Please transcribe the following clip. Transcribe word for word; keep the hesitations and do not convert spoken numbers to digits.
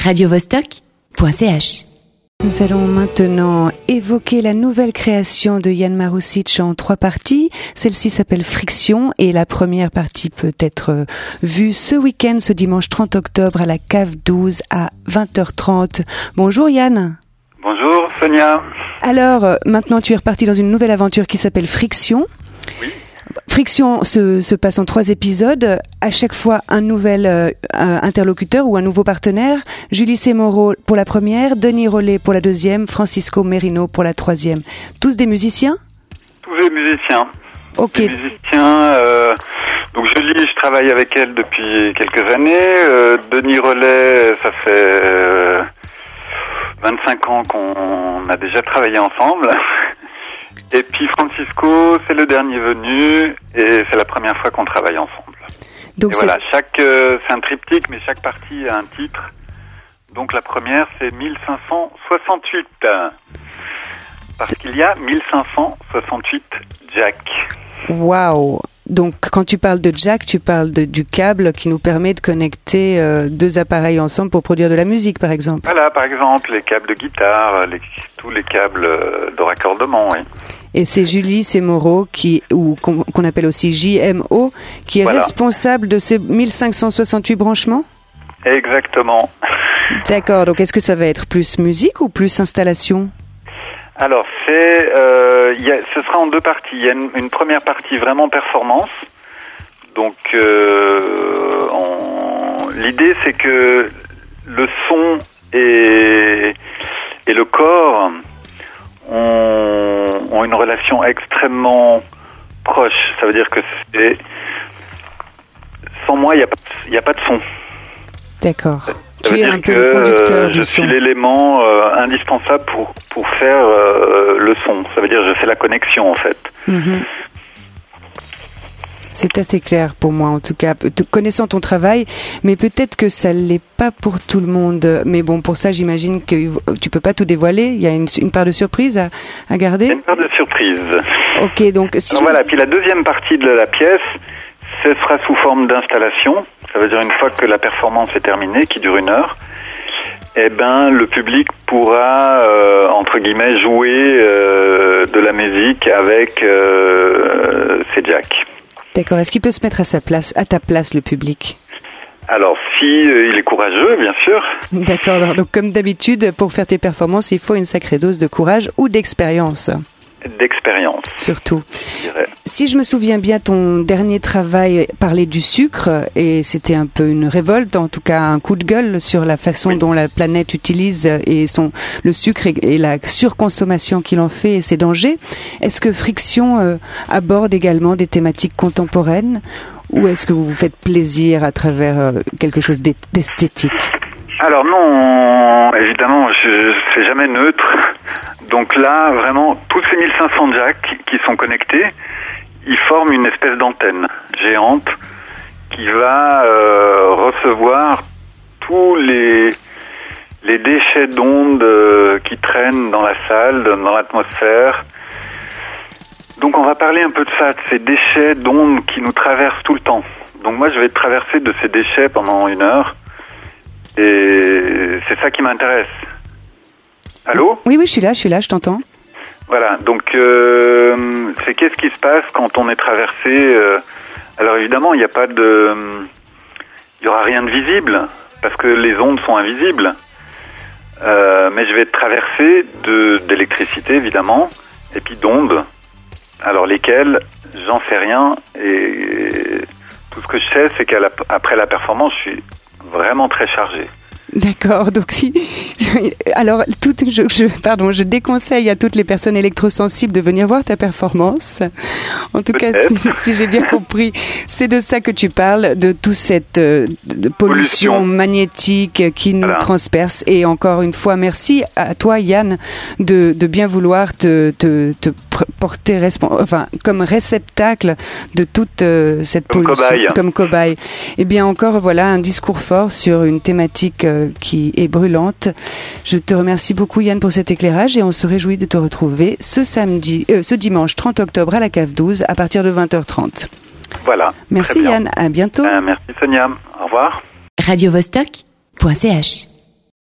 radio vostok point c h. Nous allons maintenant évoquer la nouvelle création de Jan Marušić en trois parties. Celle-ci s'appelle Friction et la première partie peut être vue ce week-end, ce dimanche trente octobre à la Cave douze à vingt heures trente. Bonjour Yann. Bonjour Sonia. Alors, maintenant tu es reparti dans une nouvelle aventure qui s'appelle Friction. Oui. Friction se, se passe en trois épisodes, à chaque fois un nouvel euh, interlocuteur ou un nouveau partenaire. Julie Semoro pour la première, Denis Rollet pour la deuxième, Francisco Merino pour la troisième. Tous des musiciens ? Tous des musiciens. Ok. Des musiciens. Euh, donc Julie, je travaille avec elle depuis quelques années. Euh, Denis Rollet, ça fait euh, vingt-cinq ans qu'on a déjà travaillé ensemble. Et puis Francisco, c'est le dernier venu et c'est la première fois qu'on travaille ensemble. Donc et voilà, chaque euh, c'est un triptyque, mais chaque partie a un titre. Donc la première, c'est mille cinq cent soixante-huit. Parce qu'il y a mille cinq cent soixante-huit jacks. Waouh! Donc quand tu parles de jack, tu parles de, du câble qui nous permet de connecter euh, deux appareils ensemble pour produire de la musique, par exemple. Voilà, par exemple, les câbles de guitare, les, tous les câbles de raccordement, oui. Et c'est Julie Semoro, qui, ou qu'on, qu'on appelle aussi J M O, qui est voilà. responsable de ces mille cinq cent soixante-huit branchements ? Exactement. D'accord, donc est-ce que ça va être plus musique ou plus installation ? Alors, c'est, euh, y a, ce sera en deux parties. Il y a une, une première partie vraiment performance. Donc, euh, on, l'idée, c'est que le son et, et le corps ont, ont une relation extrêmement proche. Ça veut dire que c'est, sans moi, il n'y a pas, il y a pas de son. D'accord. Ça veut tu es dire un peu que le conducteur du je son. suis l'élément euh, indispensable pour pour faire euh, le son. Ça veut dire que je fais la connexion en fait. Mm-hmm. C'est assez clair pour moi en tout cas, connaissant ton travail, mais peut-être que ça l'est pas pour tout le monde. Mais bon, pour ça, j'imagine que tu peux pas tout dévoiler. Il y a une, une part de surprise à, à garder. Une part de surprise. Ok, donc si Alors je... voilà. Puis la deuxième partie de la pièce, ce sera sous forme d'installation. Ça veut dire une fois que la performance est terminée, qui dure une heure, eh ben le public pourra euh, entre guillemets jouer euh, de la musique avec euh, ses jacks. D'accord. Est-ce qu'il peut se mettre à sa place, à ta place, le public ? Alors, si euh, il est courageux, bien sûr. D'accord. Donc, comme d'habitude, pour faire tes performances, il faut une sacrée dose de courage ou d'expérience. D'expérience. Surtout. Je si je me souviens bien, ton dernier travail parlait du sucre et c'était un peu une révolte, en tout cas un coup de gueule sur la façon oui. dont la planète utilise et son, le sucre et, et la surconsommation qu'il en fait et ses dangers. Est-ce que Friction euh, aborde également des thématiques contemporaines ou est-ce que vous vous faites plaisir à travers euh, quelque chose d'esthétique ? Alors non, évidemment, je ne suis jamais neutre. Donc là, vraiment, tous ces mille cinq cents jacks qui sont connectés, ils forment une espèce d'antenne géante qui va euh, recevoir tous les, les déchets d'ondes euh, qui traînent dans la salle, dans l'atmosphère. Donc on va parler un peu de ça, de ces déchets d'ondes qui nous traversent tout le temps. Donc moi, je vais traverser de ces déchets pendant une heure. Et c'est ça qui m'intéresse. Allô ? Oui, oui, je suis là, je suis là, je t'entends. Voilà, donc euh, c'est qu'est-ce qui se passe quand on est traversé euh, alors évidemment, il n'y a pas de... Il n'y aura rien de visible, parce que les ondes sont invisibles. Euh, mais je vais être traversé de, d'électricité, évidemment, et puis d'ondes. Alors lesquelles, j'en sais rien, et tout ce que je sais, c'est qu'après la performance, je suis vraiment très chargé. D'accord, donc si, alors tout, je, je, pardon, je déconseille à toutes les personnes électrosensibles de venir voir ta performance. En tout Peut-être. cas, si, si j'ai bien compris, c'est de ça que tu parles, de toute cette euh, de pollution, pollution magnétique qui nous voilà. transperce. Et encore une fois, merci à toi, Yann, de, de bien vouloir te, te, te porter respons- enfin, comme réceptacle de toute euh, cette comme pollution, cobaye. comme cobaye. Eh bien, encore voilà un discours fort sur une thématique euh, qui est brûlante. Je te remercie beaucoup Yann pour cet éclairage et on se réjouit de te retrouver ce samedi, euh, ce dimanche trente octobre à la Cave douze à partir de vingt heures trente. Voilà. Merci Yann, à bientôt. Euh, merci Sonia, au revoir. radio vostok point c h